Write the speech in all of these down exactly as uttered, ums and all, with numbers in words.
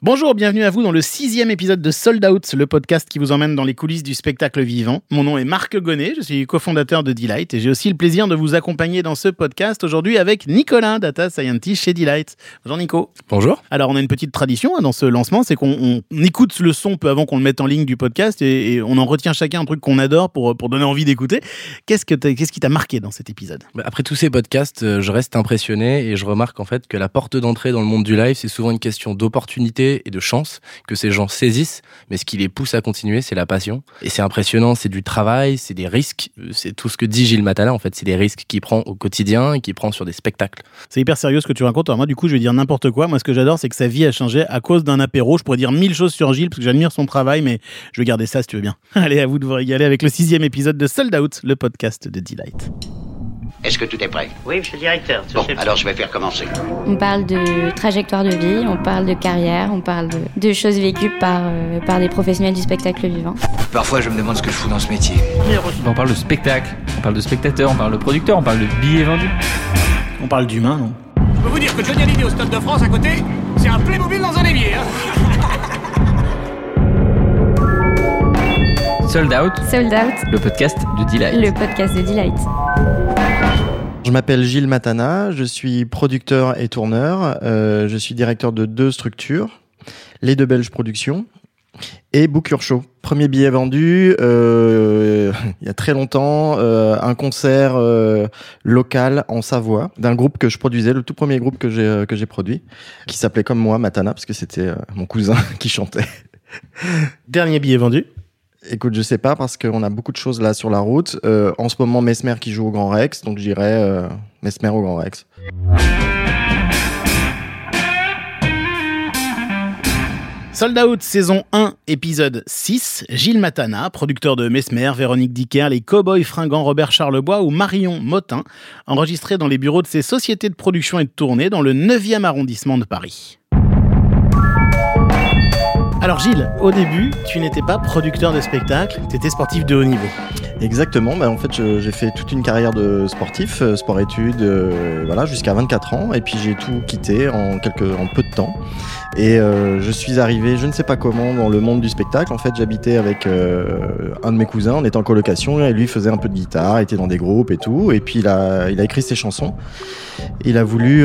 Bonjour, bienvenue à vous dans le sixième épisode de Sold Out, le podcast qui vous emmène dans les coulisses du spectacle vivant. Mon nom est Marc Gonnet, je suis cofondateur de Delight et j'ai aussi le plaisir de vous accompagner dans ce podcast aujourd'hui avec Nicolas, Data Scientist chez Delight. Bonjour Nico. Bonjour. Alors on a une petite tradition hein, dans ce lancement, c'est qu'on on, on écoute le son peu avant qu'on le mette en ligne du podcast et, et on en retient chacun un truc qu'on adore pour, pour donner envie d'écouter. Qu'est-ce, que qu'est-ce qui t'a marqué dans cet épisode ? Après tous ces podcasts, je reste impressionné et je remarque en fait que la porte d'entrée dans le monde du live, c'est souvent une question d'opportunité et de chance que ces gens saisissent, mais ce qui les pousse à continuer, c'est la passion. Et c'est impressionnant, c'est du travail, c'est des risques, c'est tout ce que dit Gilles Matana, en fait, c'est des risques qu'il prend au quotidien et qu'il prend sur des spectacles. C'est hyper sérieux ce que tu racontes. Alors moi, du coup, je vais dire n'importe quoi. Moi, ce que j'adore, c'est que sa vie a changé à cause d'un apéro. Je pourrais dire mille choses sur Gilles parce que j'admire son travail, mais je vais garder ça si tu veux bien. Allez, à vous de vous régaler avec le sixième épisode de Sold Out, le podcast de Delight. Est-ce que tout est prêt ? Oui, monsieur le directeur. Bon, alors je vais faire commencer. On parle de trajectoire de vie, on parle de carrière, on parle de, de choses vécues par, euh, par des professionnels du spectacle vivant. Parfois, je me demande ce que je fous dans ce métier. On parle de spectacle, on parle de spectateur, on parle de producteur, on parle de billets vendus. On parle d'humain, non ? Je peux vous dire que Johnny Hallyday au Stade de France à côté, c'est un Playmobil dans un évier, hein. Sold Out, Sold Out, le podcast de Delight. le podcast de Delight. Je m'appelle Gilles Matana, je suis producteur et tourneur, euh, je suis directeur de deux structures, les deux Belges Productions et Book Your Show. Premier billet vendu, euh, il y a très longtemps, euh, un concert euh, local en Savoie d'un groupe que je produisais, le tout premier groupe que j'ai, euh, que j'ai produit, qui s'appelait comme moi Matana, parce que c'était euh, mon cousin qui chantait. Dernier billet vendu ? Écoute, je sais pas parce qu'on a beaucoup de choses là sur la route. Euh, en ce moment, Mesmer qui joue au Grand Rex, donc j'irai euh, Mesmer au Grand Rex. Sold Out, saison un, épisode six. Gilles Matana, producteur de Mesmer, Véronique Dicker, les Cowboys Fringants, Robert Charlebois ou Marion Motin, enregistré dans les bureaux de ses sociétés de production et de tournée dans le neuvième arrondissement de Paris. Alors Gilles, au début, tu n'étais pas producteur de spectacle, tu étais sportif de haut niveau. Exactement, bah en fait je, j'ai fait toute une carrière de sportif, euh, sport-études, euh, voilà, jusqu'à vingt-quatre ans, et puis j'ai tout quitté en, quelques, en peu de temps. Et euh, je suis arrivé, je ne sais pas comment, dans le monde du spectacle. En fait, j'habitais avec euh, un de mes cousins, on était en colocation, et lui faisait un peu de guitare, était dans des groupes et tout, et puis il a, il a écrit ses chansons. Il a voulu,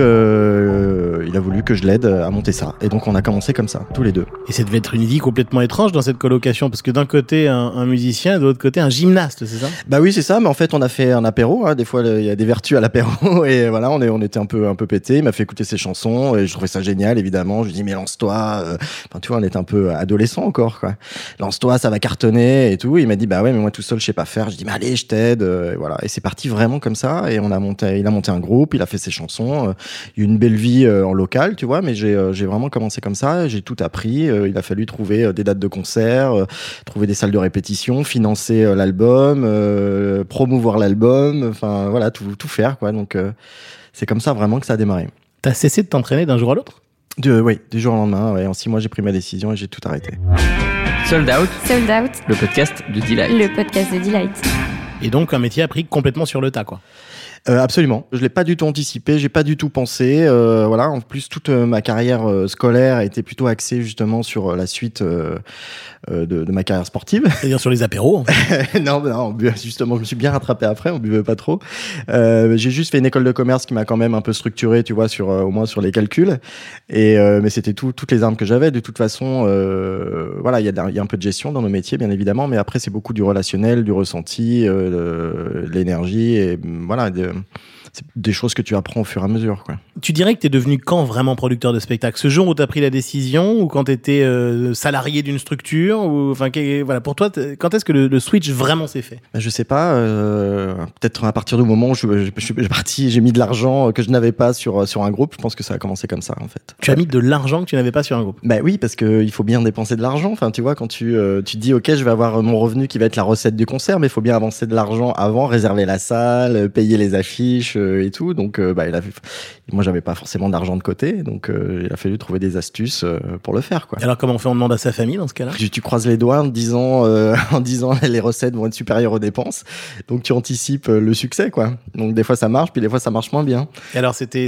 euh, il a voulu que je l'aide à monter ça. Et donc on a commencé comme ça, tous les deux. Et ça devait être une vie complètement étrange dans cette colocation, parce que d'un côté un, un musicien, et de l'autre côté un gymnaste, c'est ça ? Bah oui, c'est ça. Mais en fait, on a fait un apéro. Hein. Des fois, il y a des vertus à l'apéro, et voilà, on est, on était un peu, un peu pété. Il m'a fait écouter ses chansons, et je trouvais ça génial, évidemment. Je lui dis mais lance-toi. Euh... Enfin, tu vois, on était un peu adolescent encore, quoi. Lance-toi, ça va cartonner et tout. Il m'a dit bah ouais, mais moi tout seul, je sais pas faire. Je dis mais allez, je t'aide. Et voilà. Et c'est parti vraiment comme ça. Et on a monté, il a monté un groupe, il a fait ses chansons. Il y a eu une belle vie euh, en local, tu vois. Mais j'ai, euh, j'ai vraiment commencé comme ça. J'ai tout appris. Euh, il a fallu trouver euh, des dates de concert, euh, trouver des salles de répétition, financer euh, l'album, euh, promouvoir l'album. Enfin voilà, tout, tout faire, quoi. Donc euh, c'est comme ça vraiment que ça a démarré. T'as cessé de t'entraîner d'un jour à l'autre ? De, oui, du jour au lendemain. Ouais. En six mois, j'ai pris ma décision et j'ai tout arrêté. Sold Out, Sold Out, le podcast de Delight. le podcast de Delight. Et donc un métier appris complètement sur le tas, quoi. Euh, absolument. Je l'ai pas du tout anticipé, j'ai pas du tout pensé. Euh, voilà. En plus, toute euh, ma carrière euh, scolaire était plutôt axée justement sur euh, la suite euh, euh, de, de ma carrière sportive. C'est-à-dire sur les apéros. non, non, justement, je me suis bien rattrapé après. On buvait pas trop. Euh, j'ai juste fait une école de commerce qui m'a quand même un peu structuré, tu vois, sur euh, au moins sur les calculs. Et euh, mais c'était tout, toutes les armes que j'avais. De toute façon, euh, voilà, il y a, y a un peu de gestion dans nos métiers, bien évidemment, mais après c'est beaucoup du relationnel, du ressenti, euh, de l'énergie et voilà. De, c'est des choses que tu apprends au fur et à mesure, quoi. Tu dirais que tu es devenu quand vraiment producteur de spectacle ? Ce jour où tu as pris la décision ou quand tu étais euh, salarié d'une structure ou, enfin, voilà, pour toi, quand est-ce que le, le switch vraiment s'est fait ? Ben, je sais pas, euh, peut-être à partir du moment où je, je, je, je suis parti, j'ai mis de l'argent que je n'avais pas sur, sur un groupe, je pense que ça a commencé comme ça, en fait. Tu as mis de l'argent que tu n'avais pas sur un groupe ? Ben oui, parce qu'il faut bien dépenser de l'argent. Enfin, tu vois, quand tu, euh, tu dis, ok, je vais avoir mon revenu qui va être la recette du concert, mais il faut bien avancer de l'argent avant, réserver la salle, payer les affiches euh, et tout. Donc, euh, bah, il a, moi, j'avais pas forcément d'argent de côté, donc euh, il a fallu trouver des astuces euh, pour le faire, quoi. Alors, comment on fait ? On demande à sa famille dans ce cas-là ? Tu, tu croises les doigts en disant, euh, en disant les recettes vont être supérieures aux dépenses, donc tu anticipes le succès, quoi. Donc des fois ça marche, puis des fois ça marche moins bien. Et alors, c'était, ça marchait ?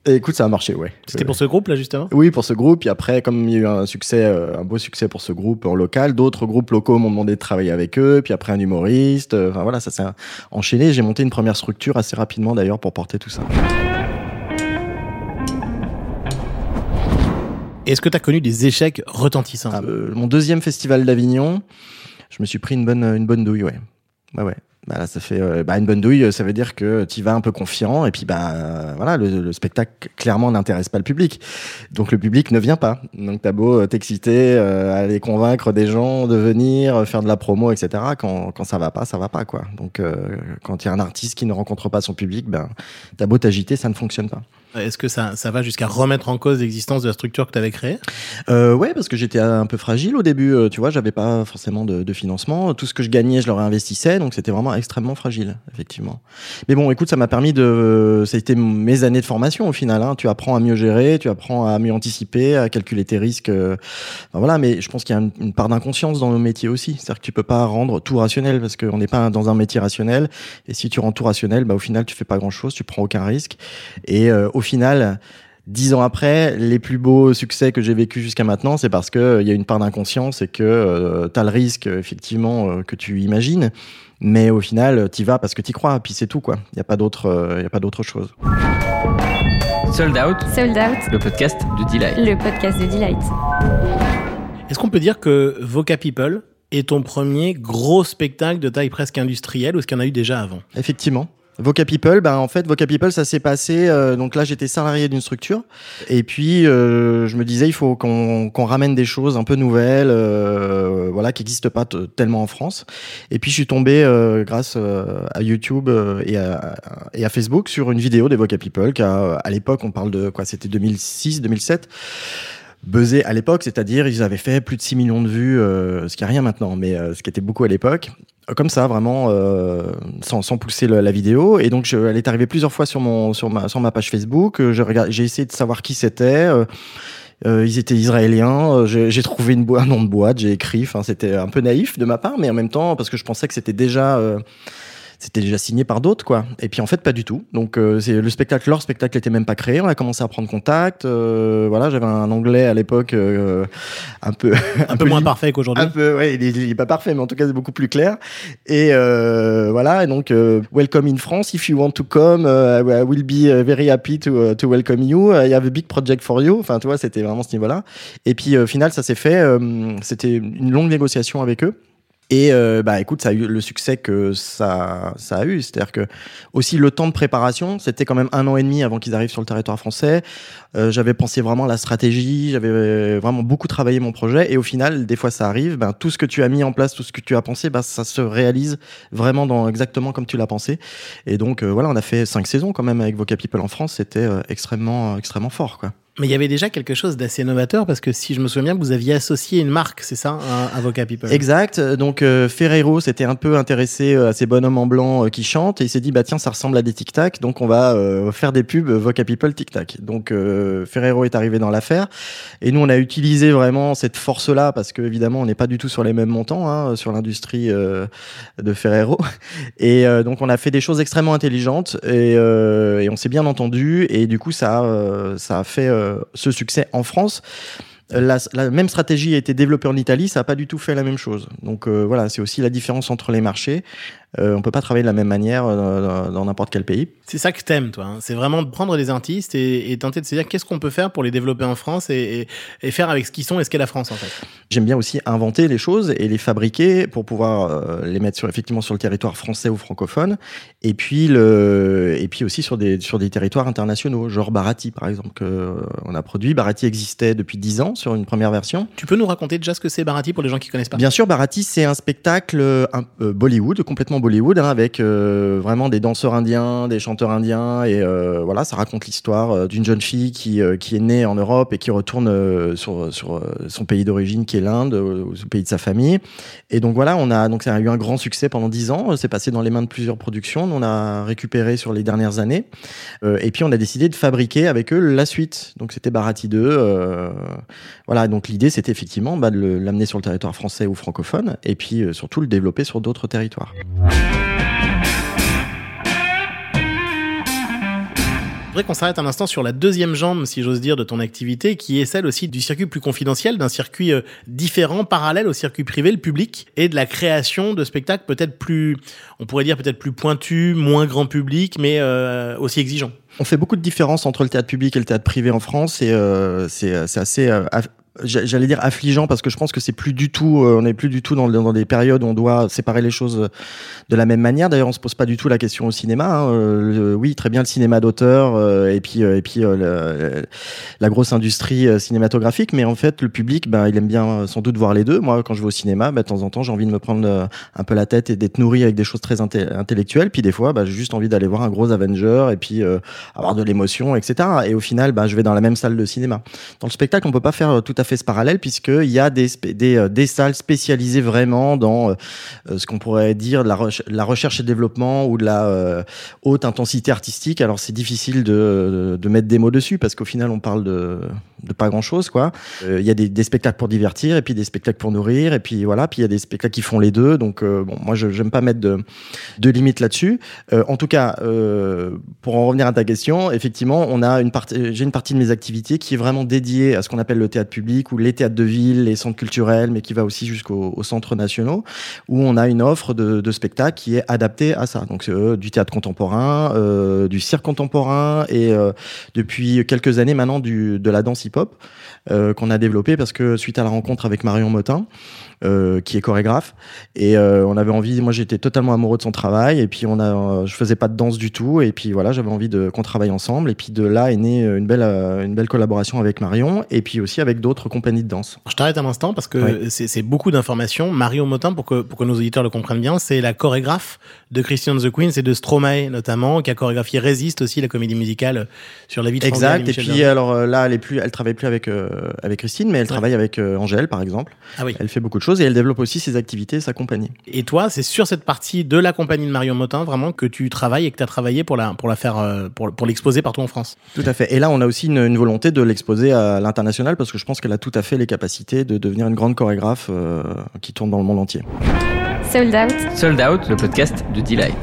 Et écoute, ça a marché, ouais. C'était pour ce groupe là justement ? Oui, pour ce groupe. Puis après, comme il y a eu un succès, euh, un beau succès pour ce groupe en local, d'autres groupes locaux m'ont demandé de travailler avec eux. Puis après, un humoriste. Enfin euh, voilà, ça s'est enchaîné. J'ai monté une première structure assez rapidement d'ailleurs pour porter tout ça. Est-ce que tu as connu des échecs retentissants ? ah, euh, Mon deuxième festival d'Avignon, je me suis pris une bonne, une bonne douille, ouais. Ouais, ouais. Bah là, ça fait euh, bah, une bonne douille, ça veut dire que tu vas un peu confiant et puis bah euh, voilà, le, le spectacle clairement n'intéresse pas le public, donc le public ne vient pas. Donc t'as beau t'exciter, euh, aller convaincre des gens de venir, faire de la promo, et cetera. Quand quand ça va pas, ça va pas quoi. Donc euh, quand il y a un artiste qui ne rencontre pas son public, ben t'as beau t'agiter, ça ne fonctionne pas. Est-ce que ça, ça va jusqu'à remettre en cause l'existence de la structure que tu avais créée ? euh, Ouais, parce que j'étais un peu fragile au début. Tu vois, j'avais pas forcément de, de financement. Tout ce que je gagnais, je le réinvestissais. Donc, c'était vraiment extrêmement fragile, effectivement. Mais bon, écoute, ça m'a permis de... Ça a été mes années de formation, au final. Hein. Tu apprends à mieux gérer, tu apprends à mieux anticiper, à calculer tes risques. Enfin, voilà, mais je pense qu'il y a une, une part d'inconscience dans nos métiers aussi. C'est-à-dire que tu peux pas rendre tout rationnel parce qu'on n'est pas dans un métier rationnel. Et si tu rends tout rationnel, bah, au final, tu fais pas grand-chose, tu prends aucun risque. Et euh, au final, dix ans après, les plus beaux succès que j'ai vécus jusqu'à maintenant, c'est parce qu'il euh, y a une part d'inconscience et que euh, tu as le risque, effectivement, euh, que tu imagines. Mais au final, tu y vas parce que tu y crois, puis c'est tout, quoi. Il n'y a pas d'autre, euh, y a pas d'autre chose. Sold Out. Sold Out. Le podcast de Delight. Le podcast de Delight. Est-ce qu'on peut dire que Voca People est ton premier gros spectacle de taille presque industrielle ou est-ce qu'il y en a eu déjà avant ? Effectivement. Voca People, ben en fait Voca People ça s'est passé euh, donc là j'étais salarié d'une structure et puis euh, je me disais il faut qu'on qu'on ramène des choses un peu nouvelles euh, voilà qui n'existent pas t- tellement en France et puis je suis tombé euh, grâce euh, à YouTube euh, et à et à Facebook sur une vidéo des Voca People qui a, à l'époque on parle de quoi c'était deux mille six deux mille sept buzzé à l'époque, c'est-à-dire ils avaient fait plus de six millions de vues, euh, ce qui est rien maintenant, mais euh, ce qui était beaucoup à l'époque. Comme ça, vraiment, euh, sans, sans pousser le, la vidéo. Et donc, je, elle est arrivée plusieurs fois sur, mon, sur, ma, sur ma page Facebook. Je regarde, j'ai essayé de savoir qui c'était. Euh, euh, ils étaient israéliens. Euh, j'ai, j'ai trouvé une bo- un nom de boîte, j'ai écrit. Enfin, c'était un peu naïf de ma part, mais en même temps, parce que je pensais que c'était déjà... Euh, c'était déjà signé par d'autres, quoi. Et puis en fait, pas du tout. Donc euh, c'est le spectacle, leur spectacle était même pas créé. On a commencé à prendre contact. Euh, voilà, j'avais un anglais à l'époque euh, un peu un, un peu moins li- parfait qu'aujourd'hui. Un peu, ouais, il est, il est pas parfait, mais en tout cas c'est beaucoup plus clair. Et euh, voilà, et donc euh, welcome in France. If you want to come, uh, I will be very happy to uh, to welcome you. I have a big project for you. Enfin, tu vois, c'était vraiment ce niveau-là. Et puis au final, ça s'est fait. Euh, c'était une longue négociation avec eux. Et euh, bah écoute, ça a eu le succès que ça ça a eu, c'est-à-dire que aussi le temps de préparation, c'était quand même un an et demi avant qu'ils arrivent sur le territoire français. Euh, j'avais pensé vraiment à la stratégie, j'avais vraiment beaucoup travaillé mon projet et au final, des fois ça arrive, ben tout ce que tu as mis en place, tout ce que tu as pensé, ben ça se réalise vraiment dans exactement comme tu l'as pensé. Et donc euh, voilà, on a fait cinq saisons quand même avec Voca People en France, c'était euh, extrêmement extrêmement fort quoi. Mais il y avait déjà quelque chose d'assez novateur parce que si je me souviens bien, vous aviez associé une marque, c'est ça, à, à Voca People. Exact. Donc euh, Ferrero s'était un peu intéressé à ces bonhommes en blanc euh, qui chantent et il s'est dit bah tiens ça ressemble à des Tic Tac, donc on va euh, faire des pubs Voca People Tic Tac. Donc euh, Ferrero est arrivé dans l'affaire et nous on a utilisé vraiment cette force-là parce que évidemment on n'est pas du tout sur les mêmes montants hein, sur l'industrie euh, de Ferrero et euh, donc on a fait des choses extrêmement intelligentes et, euh, et on s'est bien entendu et du coup ça euh, ça a fait euh, ce succès en France. La, la même stratégie a été développée en Italie, ça n'a pas du tout fait la même chose. Donc euh, voilà, c'est aussi la différence entre les marchés. Euh, on peut pas travailler de la même manière euh, dans n'importe quel pays. C'est ça que t'aimes, toi. Hein. C'est vraiment de prendre des artistes et, et tenter de se dire qu'est-ce qu'on peut faire pour les développer en France et, et, et faire avec ce qu'ils sont et ce qu'est la France, en fait. J'aime bien aussi inventer les choses et les fabriquer pour pouvoir euh, les mettre sur, effectivement sur le territoire français ou francophone. Et puis, le, et puis aussi sur des, sur des territoires internationaux, genre Bharati, par exemple, que on a produit. Bharati existait depuis dix ans sur une première version. Tu peux nous raconter déjà ce que c'est Bharati pour les gens qui connaissent pas ? Bien sûr, Bharati, c'est un spectacle un, euh, Bollywood, complètement Bollywood, hein, avec euh, vraiment des danseurs indiens, des chanteurs indiens, et euh, voilà, ça raconte l'histoire euh, d'une jeune fille qui euh, qui est née en Europe et qui retourne euh, sur sur euh, son pays d'origine, qui est l'Inde, euh, au pays de sa famille. Et donc voilà, on a donc ça a eu un grand succès pendant dix ans. C'est passé dans les mains de plusieurs productions. On a récupéré sur les dernières années, euh, et puis on a décidé de fabriquer avec eux la suite. Donc c'était Bharati deux. Euh, voilà, donc l'idée c'était effectivement bah, de le, l'amener sur le territoire français ou francophone, et puis euh, surtout le développer sur d'autres territoires. Je voudrais qu'on s'arrête un instant sur la deuxième jambe, si j'ose dire, de ton activité, qui est celle aussi du circuit plus confidentiel, d'un circuit euh, différent, parallèle au circuit privé, le public, et de la création de spectacles peut-être plus, on pourrait dire peut-être plus pointus, moins grand public, mais euh, aussi exigeants. On fait beaucoup de différences entre le théâtre public et le théâtre privé en France, et euh, c'est, c'est assez... Euh, aff- J'allais dire affligeant parce que je pense que c'est plus du tout, euh, on n'est plus du tout dans, dans des périodes où on doit séparer les choses de la même manière. D'ailleurs, on se pose pas du tout la question au cinéma. Hein. Euh, le, oui, très bien le cinéma d'auteur euh, et puis euh, et puis euh, le, la grosse industrie euh, cinématographique, mais en fait, le public, ben, il aime bien euh, sans doute voir les deux. Moi, quand je vais au cinéma, ben, de temps en temps, j'ai envie de me prendre euh, un peu la tête et d'être nourri avec des choses très inté- intellectuelles. Puis des fois, ben, j'ai juste envie d'aller voir un gros Avenger et puis euh, avoir de l'émotion, et cetera. Et au final, ben, je vais dans la même salle de cinéma. Dans le spectacle, on peut pas faire tout à fait ce parallèle puisqu'il y a des, des, des salles spécialisées vraiment dans euh, ce qu'on pourrait dire de la, re- la recherche et développement ou de la euh, haute intensité artistique. Alors c'est difficile de, de, de mettre des mots dessus parce qu'au final on parle de, de pas grand chose quoi. Il euh, y a des, des spectacles pour divertir et puis des spectacles pour nourrir et puis voilà, puis il y a des spectacles qui font les deux. Donc euh, bon, moi je j'aime pas mettre de, de limites là-dessus. Euh, en tout cas, euh, pour en revenir à ta question, effectivement, on a une partie, j'ai une partie de mes activités qui est vraiment dédiée à ce qu'on appelle le théâtre public ou les théâtres de ville, les centres culturels, mais qui va aussi jusqu'aux aux centres nationaux, où on a une offre de, de spectacle qui est adaptée à ça. Donc euh, du théâtre contemporain, euh, du cirque contemporain et euh, depuis quelques années maintenant du, de la danse hip-hop euh, qu'on a développé parce que suite à la rencontre avec Marion Motin, Euh, qui est chorégraphe et euh, on avait envie, moi j'étais totalement amoureux de son travail et puis on a, euh, je faisais pas de danse du tout et puis voilà, j'avais envie de qu'on travaille ensemble et puis de là est née une belle euh, une belle collaboration avec Marion et puis aussi avec d'autres compagnies de danse. Je t'arrête un instant parce que oui. c'est, c'est beaucoup d'informations. Marion Motin, pour que pour que nos auditeurs le comprennent bien, c'est la chorégraphe de Christian the Queen, c'est de Stromae notamment, qui a chorégraphié Résiste aussi, la comédie musicale sur la vie de Franck Gall Exact. Et, et puis Berger. alors euh, là, elle est plus, elle travaille plus avec euh, avec Christine, mais elle ouais. travaille avec euh, Angèle par exemple. Ah oui. Elle fait beaucoup de choses et elle développe aussi ses activités, sa compagnie. Et toi, c'est sur cette partie de la compagnie de Marion Motin vraiment que tu travailles et que tu as travaillé pour la pour la faire euh, pour pour l'exposer partout en France. Tout à fait. Et là, on a aussi une, une volonté de l'exposer à l'international parce que je pense qu'elle a tout à fait les capacités de devenir une grande chorégraphe euh, qui tourne dans le monde entier. Sold Out. Sold Out, le podcast de Delight.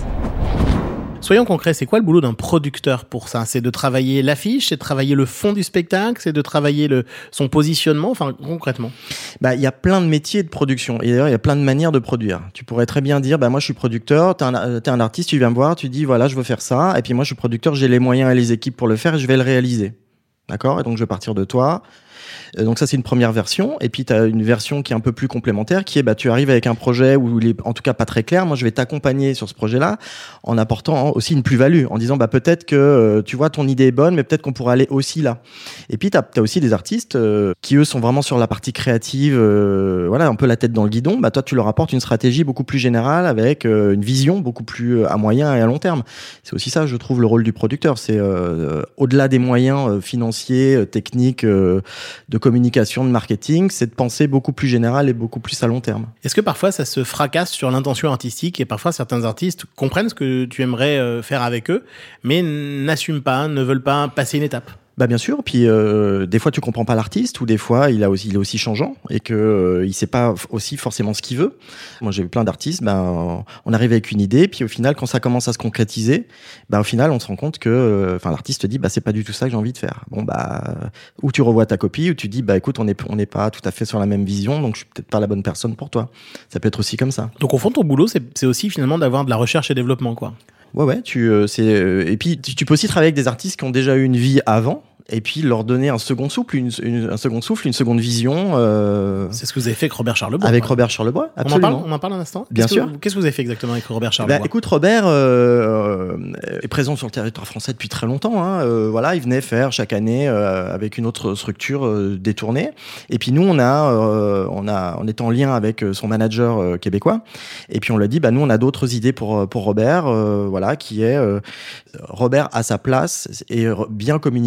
Soyons concrets, c'est quoi le boulot d'un producteur pour ça ? C'est de travailler l'affiche, c'est de travailler le fond du spectacle, c'est de travailler le, son positionnement, enfin concrètement. Bah, il y a plein de métiers de production et d'ailleurs il y a plein de manières de produire. Tu pourrais très bien dire, bah moi je suis producteur, t'es un, t'es un artiste, tu viens me voir, tu dis voilà je veux faire ça, et puis moi je suis producteur, j'ai les moyens et les équipes pour le faire et je vais le réaliser. D'accord ? Et donc je vais partir de toi. Donc ça c'est une première version et puis tu as une version qui est un peu plus complémentaire qui est bah tu arrives avec un projet où il est en tout cas pas très clair, moi je vais t'accompagner sur ce projet-là en apportant aussi une plus-value en disant bah peut-être que euh, tu vois ton idée est bonne mais peut-être qu'on pourrait aller aussi là. Et puis tu as aussi des artistes euh, qui eux sont vraiment sur la partie créative euh, voilà, un peu la tête dans le guidon, bah toi tu leur apportes une stratégie beaucoup plus générale avec euh, une vision beaucoup plus à moyen et à long terme. C'est aussi ça je trouve le rôle du producteur, c'est euh, au-delà des moyens euh, financiers, euh, techniques euh, de communication, de marketing, c'est de penser beaucoup plus général et beaucoup plus à long terme. Est-ce que parfois ça se fracasse sur l'intention artistique et parfois certains artistes comprennent ce que tu aimerais faire avec eux, mais n'assument pas, ne veulent pas passer une étape ? Bah bien sûr, puis euh, des fois tu comprends pas l'artiste ou des fois il a aussi il est aussi changeant et que euh, il sait pas aussi forcément ce qu'il veut. Moi j'ai vu plein d'artistes, ben on arrive avec une idée puis au final quand ça commence à se concrétiser, ben au final on se rend compte que enfin euh, l'artiste te dit bah c'est pas du tout ça que j'ai envie de faire. Bon bah ou tu revois ta copie ou tu dis bah écoute on est on n'est pas tout à fait sur la même vision donc je suis peut-être pas la bonne personne pour toi. Ça peut être aussi comme ça. Donc au fond ton boulot c'est c'est aussi finalement d'avoir de la recherche et développement quoi. Ouais ouais, tu euh, c'est euh, et puis tu, tu peux aussi travailler avec des artistes qui ont déjà eu une vie avant. Et puis leur donner un second souffle, une, une, un second souffle, une seconde vision. Euh... C'est ce que vous avez fait avec Robert Charlebois. Avec quoi. Robert Charlebois, absolument. On en parle, on en parle un instant. Bien qu'est-ce sûr. Que vous, qu'est-ce que vous avez fait exactement avec Robert Charlebois ? Bah, écoute, Robert euh, est présent sur le territoire français depuis très longtemps. Hein. Euh, voilà, il venait faire chaque année euh, avec une autre structure euh, des tournées. Et puis nous, on a, euh, on a, on est en lien avec son manager euh, québécois. Et puis on lui a dit, bah nous, on a d'autres idées pour pour Robert. Euh, voilà, qui est euh, Robert à sa place et bien communiquer quelle est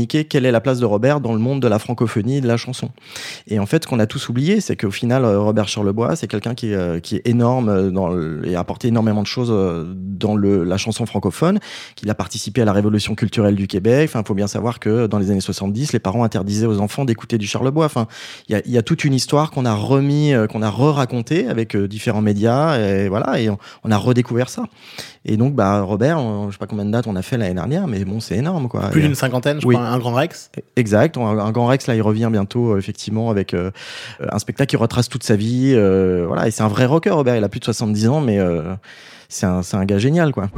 est la place de Robert dans le monde de la francophonie et de la chanson. Et en fait, ce qu'on a tous oublié, c'est qu'au final, Robert Charlebois, c'est quelqu'un qui, euh, qui est énorme dans le, et a apporté énormément de choses dans le, la chanson francophone, qu'il a participé à la révolution culturelle du Québec. Enfin, il faut bien savoir que dans les années soixante-dix, les parents interdisaient aux enfants d'écouter du Charlebois. Enfin, il y a, y a toute une histoire qu'on a remis, euh, qu'on a re-racontée avec euh, différents médias, et voilà, et on, on a redécouvert ça. Et donc, bah, Robert, on, je sais pas combien de dates on a fait l'année dernière, mais bon, c'est énorme, quoi. Plus et, d'une cinquantaine, je oui. crois, un Grand Rex. Exact, un, un Grand Rex, là, il revient bientôt, euh, effectivement, avec euh, un spectacle qui retrace toute sa vie, euh, voilà, et c'est un vrai rocker, Robert, il a plus de soixante-dix ans, mais euh, c'est un, c'est un gars génial, quoi.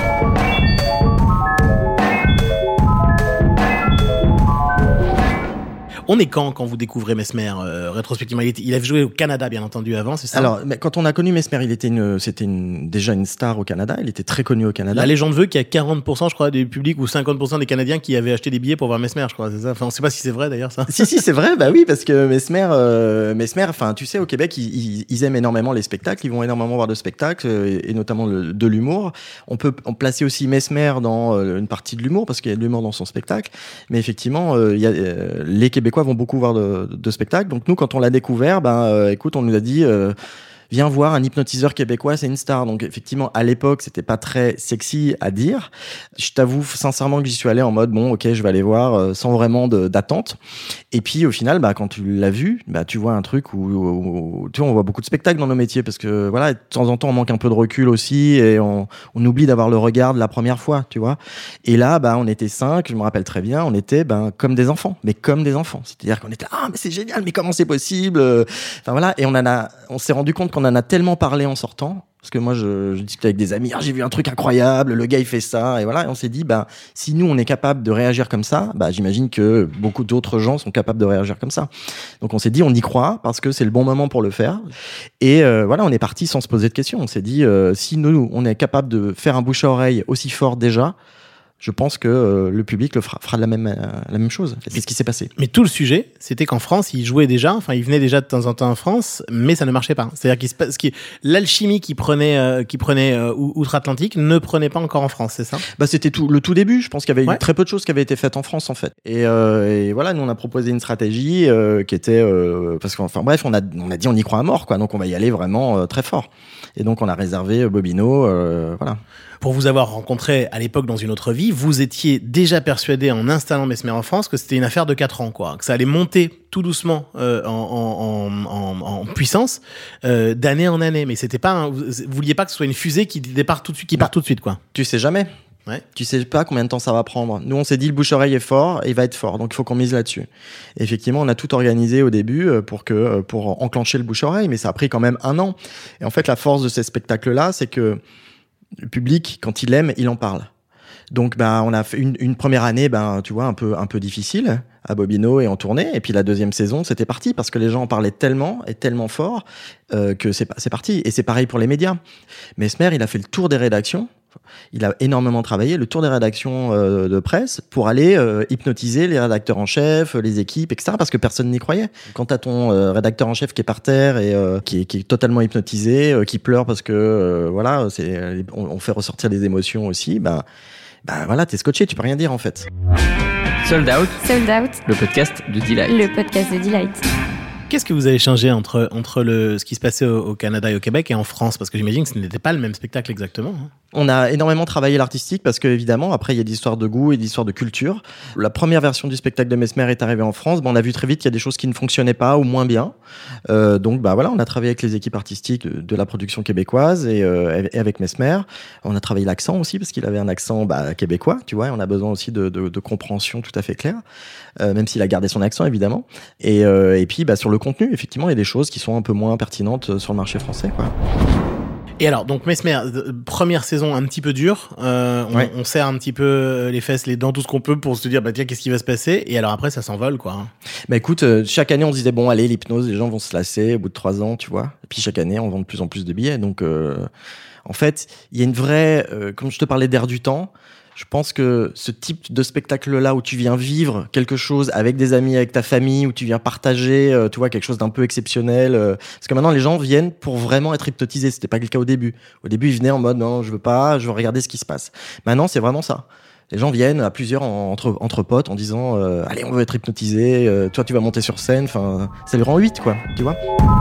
On est quand quand vous découvrez Mesmer euh, rétrospectivement? Il, était, il a joué au Canada, bien entendu, avant, c'est ça? Alors, mais quand on a connu Mesmer, il était une, c'était une, déjà une star au Canada. Il était très connu au Canada. La légende veut qu'il y a quarante pour cent, je crois, du public ou cinquante pour cent des Canadiens qui avaient acheté des billets pour voir Mesmer, je crois. C'est ça. Enfin, on sait pas si c'est vrai d'ailleurs, ça. Si, si, c'est vrai. Bah oui, parce que Mesmer, euh, Mesmer, enfin, tu sais, au Québec, ils, ils, ils aiment énormément les spectacles. Ils vont énormément voir de spectacles et, et notamment le, de l'humour. On peut on placer aussi Mesmer dans euh, une partie de l'humour parce qu'il y a de l'humour dans son spectacle. Mais effectivement, euh, il y a, euh, les Québécois vont beaucoup voir de de spectacle. Donc nous, quand on l'a découvert, ben euh, écoute, on nous a dit euh, viens voir un hypnotiseur québécois, c'est une star. Donc effectivement, à l'époque, c'était pas très sexy à dire. Je t'avoue sincèrement que j'y suis allé en mode bon, ok, je vais aller voir euh, sans vraiment de, d'attente. Et puis au final, bah quand tu l'as vu, bah tu vois un truc où, où, où tu vois, on voit beaucoup de spectacles dans nos métiers parce que voilà, de temps en temps, on manque un peu de recul aussi et on, on oublie d'avoir le regard de la première fois, tu vois. Et là, bah on était cinq, je me rappelle très bien, on était ben comme des enfants, mais comme des enfants. C'est-à-dire qu'on était ah mais c'est génial, mais comment c'est possible? Enfin voilà, et on en a, on s'est rendu compte qu'on en a tellement parlé en sortant, parce que moi je, je discutais avec des amis, ah, j'ai vu un truc incroyable, le gars il fait ça, et voilà, et on s'est dit, bah, si nous on est capable de réagir comme ça, bah, j'imagine que beaucoup d'autres gens sont capables de réagir comme ça. Donc on s'est dit, on y croit, parce que c'est le bon moment pour le faire, et euh, voilà, on est parti sans se poser de questions, on s'est dit, euh, si nous on est capable de faire un bouche à oreille aussi fort déjà, je pense que euh, le public le fera, fera de la même, euh, la même chose. C'est ce qui s'est passé. Mais tout le sujet, c'était qu'en France, il jouait déjà, enfin, il venait déjà de temps en temps en France, mais ça ne marchait pas. C'est-à-dire qu'il se passe, qu'il, l'alchimie qui prenait, euh, qui prenait euh, outre-Atlantique ne prenait pas encore en France, c'est ça? Bah, c'était tout, le tout début. Je pense qu'il y avait ouais. eu très peu de choses qui avaient été faites en France, en fait. Et, euh, et voilà, nous, on a proposé une stratégie euh, qui était, euh, parce qu'enfin, bref, on a, on a dit, on y croit à mort, quoi. Donc, on va y aller vraiment euh, très fort. Et donc, on a réservé Bobino, euh, voilà. Pour vous avoir rencontré à l'époque dans une autre vie, vous étiez déjà persuadé en installant Mesmer en France que c'était une affaire de quatre ans, quoi. Que ça allait monter tout doucement euh, en, en, en, en puissance euh, d'année en année. Mais c'était pas, un, vous, vous vouliez pas que ce soit une fusée qui départ tout de suite, qui part bah, tout de suite, quoi. Tu sais jamais. Ouais. Tu sais pas combien de temps ça va prendre. Nous, on s'est dit le bouche-oreille est fort, et il va être fort, donc il faut qu'on mise là-dessus. Et effectivement, on a tout organisé au début pour que pour enclencher le bouche-oreille, mais ça a pris quand même un an. Et en fait, la force de ces spectacles-là, c'est que le public, quand il aime, il en parle. Donc, bah, on a fait une, une première année, ben, tu vois, un peu, un peu difficile à Bobino et en tournée. Et puis la deuxième saison, c'était parti parce que les gens en parlaient tellement et tellement fort euh, que c'est, c'est parti. Et c'est pareil pour les médias. Mesmer, il a fait le tour des rédactions. Il a énormément travaillé, le tour des rédactions euh, de presse pour aller euh, hypnotiser les rédacteurs en chef, les équipes, et cetera. Parce que personne n'y croyait. Quand t'as ton euh, rédacteur en chef qui est par terre et euh, qui, est, qui est totalement hypnotisé, euh, qui pleure parce que euh, voilà, c'est, on, on fait ressortir des émotions aussi, ben, ben voilà, t'es scotché, tu peux rien dire en fait. Sold Out. Sold Out. Le podcast de Delight. Le podcast de Delight. Qu'est-ce que vous avez changé entre, entre le, ce qui se passait au, au Canada et au Québec et en France? Parce que j'imagine que ce n'était pas le même spectacle exactement. Hein. On a énormément travaillé l'artistique parce que, évidemment, après, il y a des histoires de goût et des histoires de culture. La première version du spectacle de Mesmer est arrivée en France. Ben, on a vu très vite qu'il y a des choses qui ne fonctionnaient pas ou moins bien. Euh, donc, bah, voilà, on a travaillé avec les équipes artistiques de, de la production québécoise et, euh, et avec Mesmer. On a travaillé l'accent aussi parce qu'il avait un accent bah, québécois, tu vois. Et on a besoin aussi de, de, de compréhension tout à fait claire, euh, même s'il a gardé son accent, évidemment. Et, euh, et puis, bah, sur le contenu, effectivement, il y a des choses qui sont un peu moins pertinentes sur le marché français, quoi. Et alors, donc Mesmer, première saison un petit peu dure, euh, on, ouais. on serre un petit peu les fesses, les dents, tout ce qu'on peut pour se dire, bah tiens, qu'est-ce qui va se passer? Et alors après, ça s'envole, quoi. Bah écoute, euh, chaque année, on se disait, bon, allez, l'hypnose, les gens vont se lasser au bout de trois ans, tu vois. Et puis chaque année, on vend de plus en plus de billets. Donc, euh, en fait, il y a une vraie, euh, comme je te parlais d'air du temps, je pense que ce type de spectacle-là où tu viens vivre quelque chose avec des amis, avec ta famille, où tu viens partager, euh, tu vois, quelque chose d'un peu exceptionnel. Euh, parce que maintenant, les gens viennent pour vraiment être hypnotisés. C'était pas le cas au début. Au début, ils venaient en mode non, je veux pas, je veux regarder ce qui se passe. Maintenant, c'est vraiment ça. Les gens viennent à plusieurs en- entre, entre potes en disant euh, allez, on veut être hypnotisé, euh, toi tu vas monter sur scène, enfin c'est le rang huit quoi, tu vois.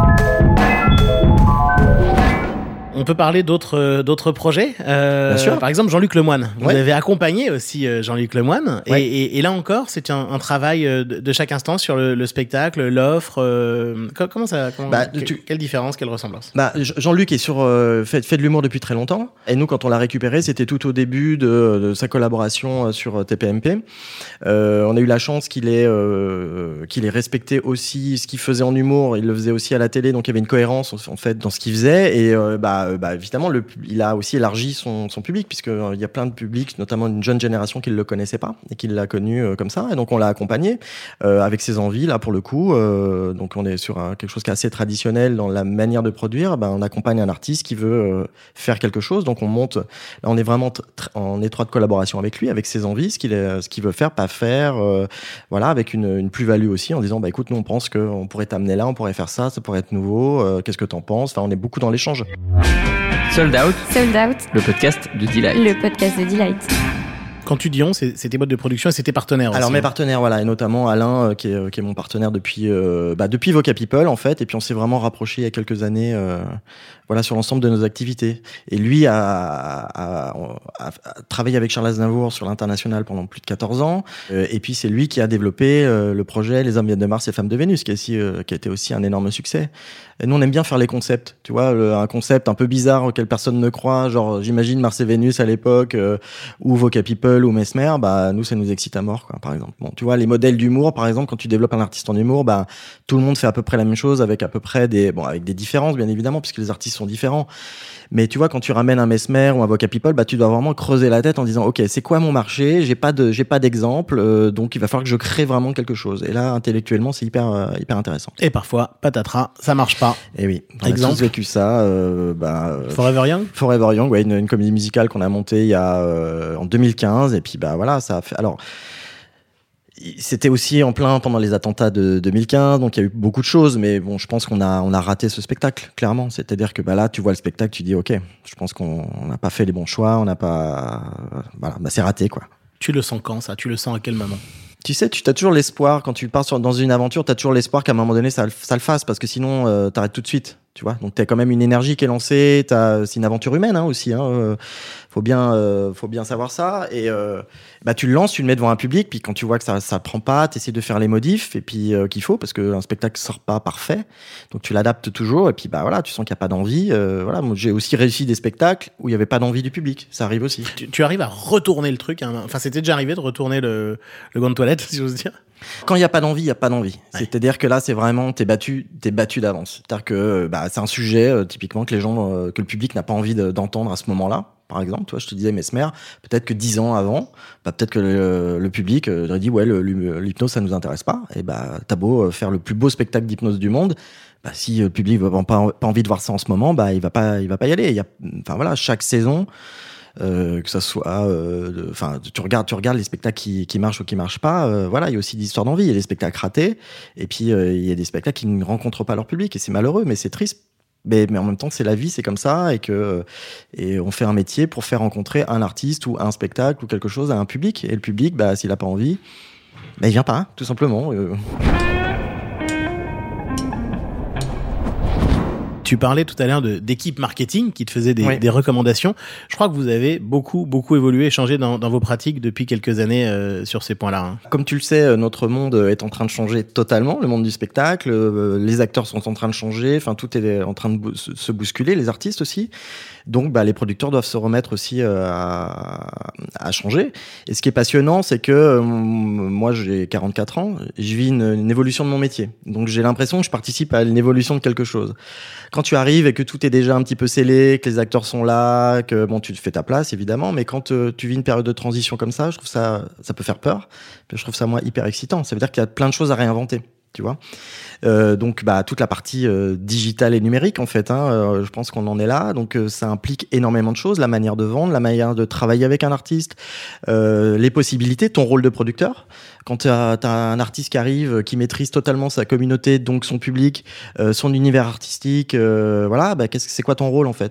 On peut parler d'autres euh, d'autres projets. Euh, Bien sûr. Par exemple, Jean-Luc Lemoine. Vous Ouais. avez accompagné aussi euh, Jean-Luc Lemoine. Et, Ouais. et, et là encore, c'est un, un travail euh, de, de chaque instant sur le, le spectacle, l'offre. Euh, co- comment ça comment, Bah, que- tu- Quelle différence, quelle ressemblance? Bah, Jean- Jean-Luc est sur euh, fait, fait de l'humour depuis très longtemps. Et nous, quand on l'a récupéré, c'était tout au début de, de sa collaboration euh, sur T P M P. Euh, on a eu la chance qu'il ait, euh, qu'il ait respecté aussi ce qu'il faisait en humour. Il le faisait aussi à la télé, donc il y avait une cohérence en fait dans ce qu'il faisait. Et euh, bah, euh, bah, évidemment, le, il a aussi élargi son, son public, puisque euh, il y a plein de publics, notamment une jeune génération qui ne le connaissait pas et qui l'a connu euh, comme ça. Et donc on l'a accompagné euh, avec ses envies là pour le coup. Euh, donc on est sur un- quelque chose qui est assez traditionnel dans la manière de produire. Ben, on accompagne un artiste qui veut euh, faire quelque chose. Donc on monte. Là, on est vraiment tr- tr- en étroite collaboration avec lui, avec ses envies, ce qu'il est, ce qu'il veut faire, pas faire. euh, voilà, avec une, une plus-value aussi, en disant bah écoute, nous on pense qu'on pourrait t'amener là, on pourrait faire ça, ça pourrait être nouveau. euh, qu'est-ce que t'en penses? Enfin, on est beaucoup dans l'échange. Sold Out, Sold Out, le podcast de Delight. le podcast de Delight. Quand tu dis on, c'est c'est tes boîtes de production et c'est tes partenaires aussi. Alors mes partenaires, voilà, et notamment Alain, euh, qui, est, qui est mon partenaire depuis, euh, bah, depuis Voca People en fait, et puis on s'est vraiment rapproché il y a quelques années, euh, voilà, sur l'ensemble de nos activités. Et lui a, a, a, a travaillé avec Charles Aznavour sur l'international pendant plus de quatorze ans, euh, et puis c'est lui qui a développé euh, le projet Les Hommes viennent de Mars et Femmes de Vénus, qui a, aussi, euh, qui a été aussi un énorme succès. Et nous on aime bien faire les concepts, tu vois, le, un concept un peu bizarre auquel personne ne croit, genre j'imagine Mars et Vénus à l'époque, euh, ou Voca People ou Mesmer, bah nous ça nous excite à mort quoi, par exemple. Bon, tu vois les modèles d'humour par exemple, quand tu développes un artiste en humour, bah tout le monde fait à peu près la même chose avec à peu près des bon avec des différences bien évidemment puisque les artistes sont différents. Mais tu vois quand tu ramènes un Mesmer ou un Voca People, bah tu dois vraiment creuser la tête en disant OK, c'est quoi mon marché? J'ai pas de j'ai pas d'exemple, euh, donc il va falloir que je crée vraiment quelque chose. Et là intellectuellement, c'est hyper euh, hyper intéressant. Et parfois, patatras, ça marche pas. Et oui, on Exemple. a tous vécu ça euh, bah euh, Forever Young. Forever Young, ouais, une, une comédie musicale qu'on a montée il y a euh, en deux mille quinze et puis bah voilà, ça a fait alors c'était aussi en plein pendant les attentats de deux mille quinze, donc il y a eu beaucoup de choses, mais bon, je pense qu'on a on a raté ce spectacle clairement. C'est-à-dire que bah là, tu vois le spectacle, tu dis ok, je pense qu'on n'a pas fait les bons choix, on n'a pas, voilà, bah c'est raté quoi. Tu le sens quand ça? Tu le sens à quel moment? Tu sais, tu as toujours l'espoir quand tu pars sur, dans une aventure, tu as toujours l'espoir qu'à un moment donné ça, ça le fasse, parce que sinon euh, t'arrêtes tout de suite. Tu vois, donc t'as quand même une énergie qui est lancée. T'as, c'est une aventure humaine hein, aussi. Hein, euh, faut bien, euh, faut bien savoir ça. Et euh, bah tu le lances, tu le mets devant un public, puis quand tu vois que ça, ça prend pas, t'essaies de faire les modifs et puis euh, qu'il faut, parce que un spectacle sort pas parfait. Donc tu l'adaptes toujours. Et puis bah voilà, tu sens qu'il y a pas d'envie. Euh, voilà, moi, j'ai aussi réussi des spectacles où il y avait pas d'envie du public. Ça arrive aussi. Tu, tu arrives à retourner le truc. Hein. Enfin, c'était déjà arrivé de retourner le, le gant de toilette, si j'ose dire. Quand il y a pas d'envie, il y a pas d'envie. Ouais. C'est-à-dire que là, c'est vraiment t'es battu, t'es battu d'avance. C'est-à-dire que bah c'est un sujet euh, typiquement que les gens, euh, que le public n'a pas envie de, d'entendre à ce moment-là. Par exemple, toi, je te disais Mesmer, peut-être que dix ans avant, bah peut-être que le, le public euh, aurait dit ouais, le, l'hypnose ça nous intéresse pas. Et bah t'as beau faire le plus beau spectacle d'hypnose du monde, bah si le public n'a pas, pas envie de voir ça en ce moment, bah il va pas, il va pas y aller. Il y a, enfin voilà, chaque saison. Euh, que ça soit, enfin, euh, tu regardes, tu regardes les spectacles qui, qui marchent ou qui marchent pas. Euh, voilà, il y a aussi des histoires d'envie. Il y a des spectacles ratés, et puis euh, il y a des spectacles qui ne rencontrent pas leur public, et c'est malheureux, mais c'est triste. Mais, mais en même temps, c'est la vie, c'est comme ça, et que et on fait un métier pour faire rencontrer un artiste ou un spectacle ou quelque chose à un public. Et le public, bah, s'il a pas envie, bah, il vient pas, tout simplement. Euh. Tu parlais tout à l'heure de, d'équipe marketing qui te faisait des, Oui. des recommandations. Je crois que vous avez beaucoup, beaucoup évolué et changé dans, dans vos pratiques depuis quelques années euh, sur ces points-là. Hein. Comme tu le sais, notre monde est en train de changer totalement, le monde du spectacle. Euh, les acteurs sont en train de changer, enfin tout est en train de bou- se bousculer, les artistes aussi. Donc bah, les producteurs doivent se remettre aussi euh, à, à changer. Et ce qui est passionnant, c'est que euh, moi j'ai quarante-quatre ans, je vis une, une évolution de mon métier. Donc j'ai l'impression que je participe à une évolution de quelque chose. Quand tu arrives et que tout est déjà un petit peu scellé, que les acteurs sont là, que bon, tu te fais ta place évidemment, mais quand euh, tu vis une période de transition comme ça, je trouve ça, ça peut faire peur. Puis je trouve ça moi hyper excitant. Ça veut dire qu'il y a plein de choses à réinventer, tu vois. Euh, donc bah toute la partie euh, digitale et numérique en fait. Hein, euh, je pense qu'on en est là. Donc euh, ça implique énormément de choses, la manière de vendre, la manière de travailler avec un artiste, euh, les possibilités, ton rôle de producteur. Quand tu as un artiste qui arrive, qui maîtrise totalement sa communauté, donc son public, euh, son univers artistique, euh, voilà, bah, qu'est-ce que c'est quoi ton rôle en fait?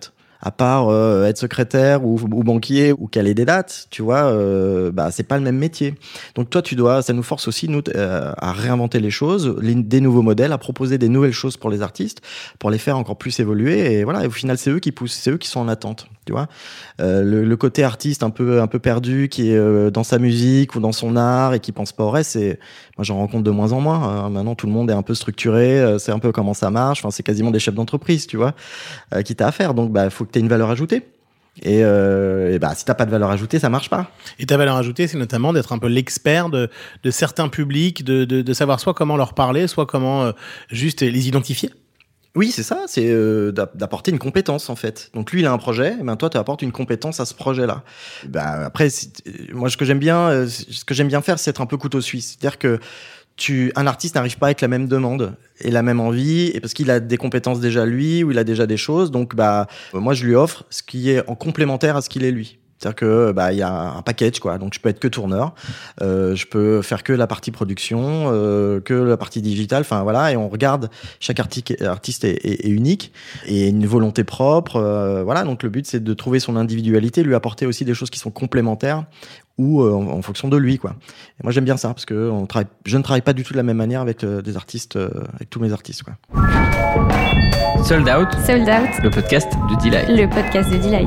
à part euh, être secrétaire ou, ou banquier ou caler des dates, tu vois, euh, bah c'est pas le même métier. Donc toi, tu dois, ça nous force aussi nous euh, à réinventer les choses, les, des nouveaux modèles, à proposer des nouvelles choses pour les artistes, pour les faire encore plus évoluer. Et voilà, et au final, c'est eux qui poussent, c'est eux qui sont en attente, tu vois. Euh, le, le côté artiste un peu un peu perdu, qui est euh, dans sa musique ou dans son art et qui pense pas au reste, c'est, moi j'en rencontre de moins en moins. Hein. Maintenant, tout le monde est un peu structuré, euh, c'est un peu comment ça marche. Enfin, c'est quasiment des chefs d'entreprise, tu vois, euh, qui t'as à faire. Donc, bah, faut que t'aies une valeur ajoutée. Et, euh, et bah, si t'as pas de valeur ajoutée, ça marche pas. Et ta valeur ajoutée, c'est notamment d'être un peu l'expert de, de certains publics, de, de, de savoir soit comment leur parler, soit comment euh, juste les identifier. Oui, c'est ça, c'est euh, d'apporter une compétence en fait. Donc lui, il a un projet, et ben toi, tu apportes une compétence à ce projet-là. Bah, après, moi, ce que j'aime bien, euh, ce que j'aime bien faire, c'est être un peu couteau suisse. C'est-à-dire que tu, un artiste n'arrive pas avec la même demande et la même envie, et parce qu'il a des compétences déjà lui, ou il a déjà des choses. Donc, bah, moi, je lui offre ce qui est en complémentaire à ce qu'il est lui. C'est-à-dire que bah il y a un package quoi, donc je peux être que tourneur, euh, je peux faire que la partie production, euh, que la partie digitale, enfin voilà, et on regarde chaque arti- artiste est, est, est unique et une volonté propre, euh, voilà, donc le but c'est de trouver son individualité, lui apporter aussi des choses qui sont complémentaires ou euh, en, en fonction de lui quoi. Et moi j'aime bien ça parce que on travaille, je ne travaille pas du tout de la même manière avec euh, des artistes, euh, avec tous mes artistes quoi. Sold Out, Sold Out, le podcast de Delight. le podcast de Delight.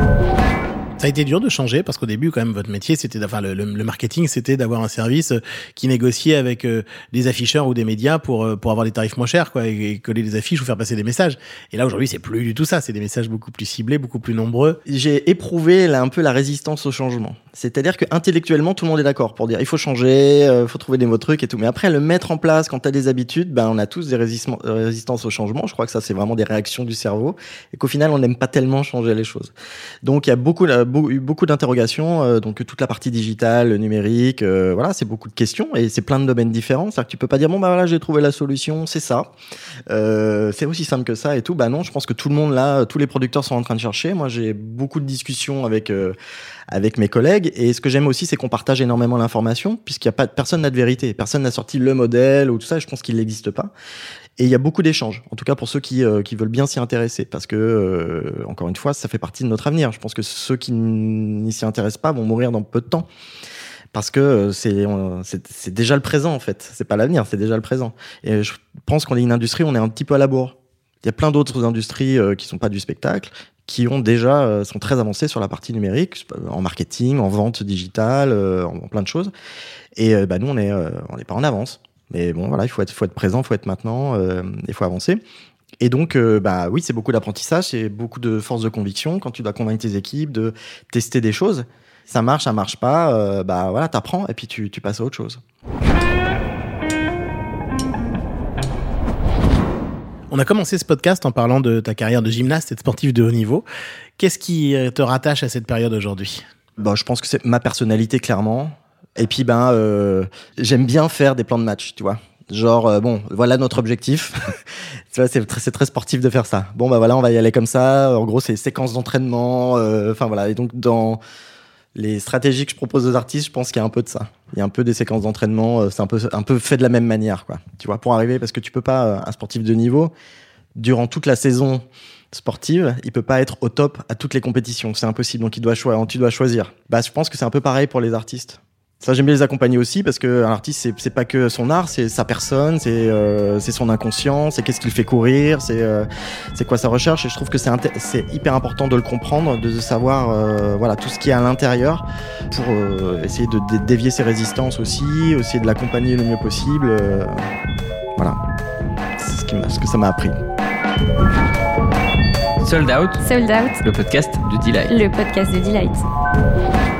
Ça a été dur de changer parce qu'au début, quand même, votre métier, c'était, enfin, le, le marketing, c'était d'avoir un service qui négociait avec euh, des afficheurs ou des médias pour euh, pour avoir des tarifs moins chers, quoi, et, et coller des affiches ou faire passer des messages. Et là, aujourd'hui, c'est plus du tout ça. C'est des messages beaucoup plus ciblés, beaucoup plus nombreux. J'ai éprouvé là un peu la résistance au changement. C'est-à-dire que intellectuellement, tout le monde est d'accord pour dire il faut changer, il euh, faut trouver des nouveaux trucs et tout. Mais après, le mettre en place quand t'as des habitudes, ben on a tous des résistements, euh, résistances au changement. Je crois que ça, c'est vraiment des réactions du cerveau et qu'au final, on n'aime pas tellement changer les choses. Donc, il y a beaucoup euh, eu beaucoup d'interrogations, euh, donc toute la partie digitale, numérique, euh, voilà, c'est beaucoup de questions et c'est plein de domaines différents. C'est-à-dire que tu peux pas dire bon bah voilà, j'ai trouvé la solution, c'est ça. Euh, c'est aussi simple que ça et tout. Bah non, je pense que tout le monde là, tous les producteurs sont en train de chercher. Moi, j'ai beaucoup de discussions avec euh, avec mes collègues et ce que j'aime aussi, c'est qu'on partage énormément l'information puisqu'il y a pas personne n'a de vérité, personne n'a sorti le modèle ou tout ça. Je pense qu'il n'existe pas. Et il y a beaucoup d'échanges, en tout cas pour ceux qui, euh, qui veulent bien s'y intéresser, parce que, euh, encore une fois, ça fait partie de notre avenir. Je pense que ceux qui n'y s'y intéressent pas vont mourir dans peu de temps. Parce que c'est, c'est, c'est déjà le présent, en fait. C'est pas l'avenir, c'est déjà le présent. Et je pense qu'on est une industrie, on est un petit peu à la bourre. Il y a plein d'autres industries euh, qui sont pas du spectacle, qui ont déjà, euh, sont très avancées sur la partie numérique, en marketing, en vente digitale, euh, en, en plein de choses. Et euh, bah, nous, on est, euh, on n'est pas en avance. Mais bon, voilà, il faut être, faut être présent, il faut être maintenant, euh, il faut avancer. Et donc, euh, bah oui, c'est beaucoup d'apprentissage, c'est beaucoup de force de conviction quand tu dois convaincre tes équipes de tester des choses. Ça marche, ça marche pas, euh, bah voilà, t'apprends et puis tu, tu passes à autre chose. On a commencé ce podcast en parlant de ta carrière de gymnaste et de sportif de haut niveau. Qu'est-ce qui te rattache à cette période aujourd'hui ? Bon, je pense que c'est ma personnalité, clairement. Et puis, ben, euh, j'aime bien faire des plans de match, tu vois. Genre, euh, bon, voilà notre objectif. Tu vois, c'est très, c'est très sportif de faire ça. Bon, bah voilà, on va y aller comme ça. En gros, c'est séquences d'entraînement. Enfin, euh, voilà. Et donc, dans les stratégies que je propose aux artistes, je pense qu'il y a un peu de ça. Il y a un peu des séquences d'entraînement. Euh, c'est un peu, un peu fait de la même manière, quoi. Tu vois, pour arriver, parce que tu peux pas, euh, un sportif de niveau, durant toute la saison sportive, il peut pas être au top à toutes les compétitions. C'est impossible. Donc, il doit choisir. Tu dois choisir. Bah, je pense que c'est un peu pareil pour les artistes. Ça, j'aime bien les accompagner aussi parce que un artiste, c'est, c'est pas que son art, c'est sa personne, c'est, euh, c'est son inconscient, c'est qu'est-ce qu'il fait courir, c'est, euh, c'est quoi sa recherche. Et je trouve que c'est, inté- c'est hyper important de le comprendre, de, de savoir, euh, voilà, tout ce qui est à l'intérieur pour euh, essayer de dé- dévier ses résistances aussi, essayer de l'accompagner le mieux possible. Euh, voilà, c'est ce, qui m'a, ce que ça m'a appris. Sold Out, Sold Out, le podcast de Delight. le podcast de Delight.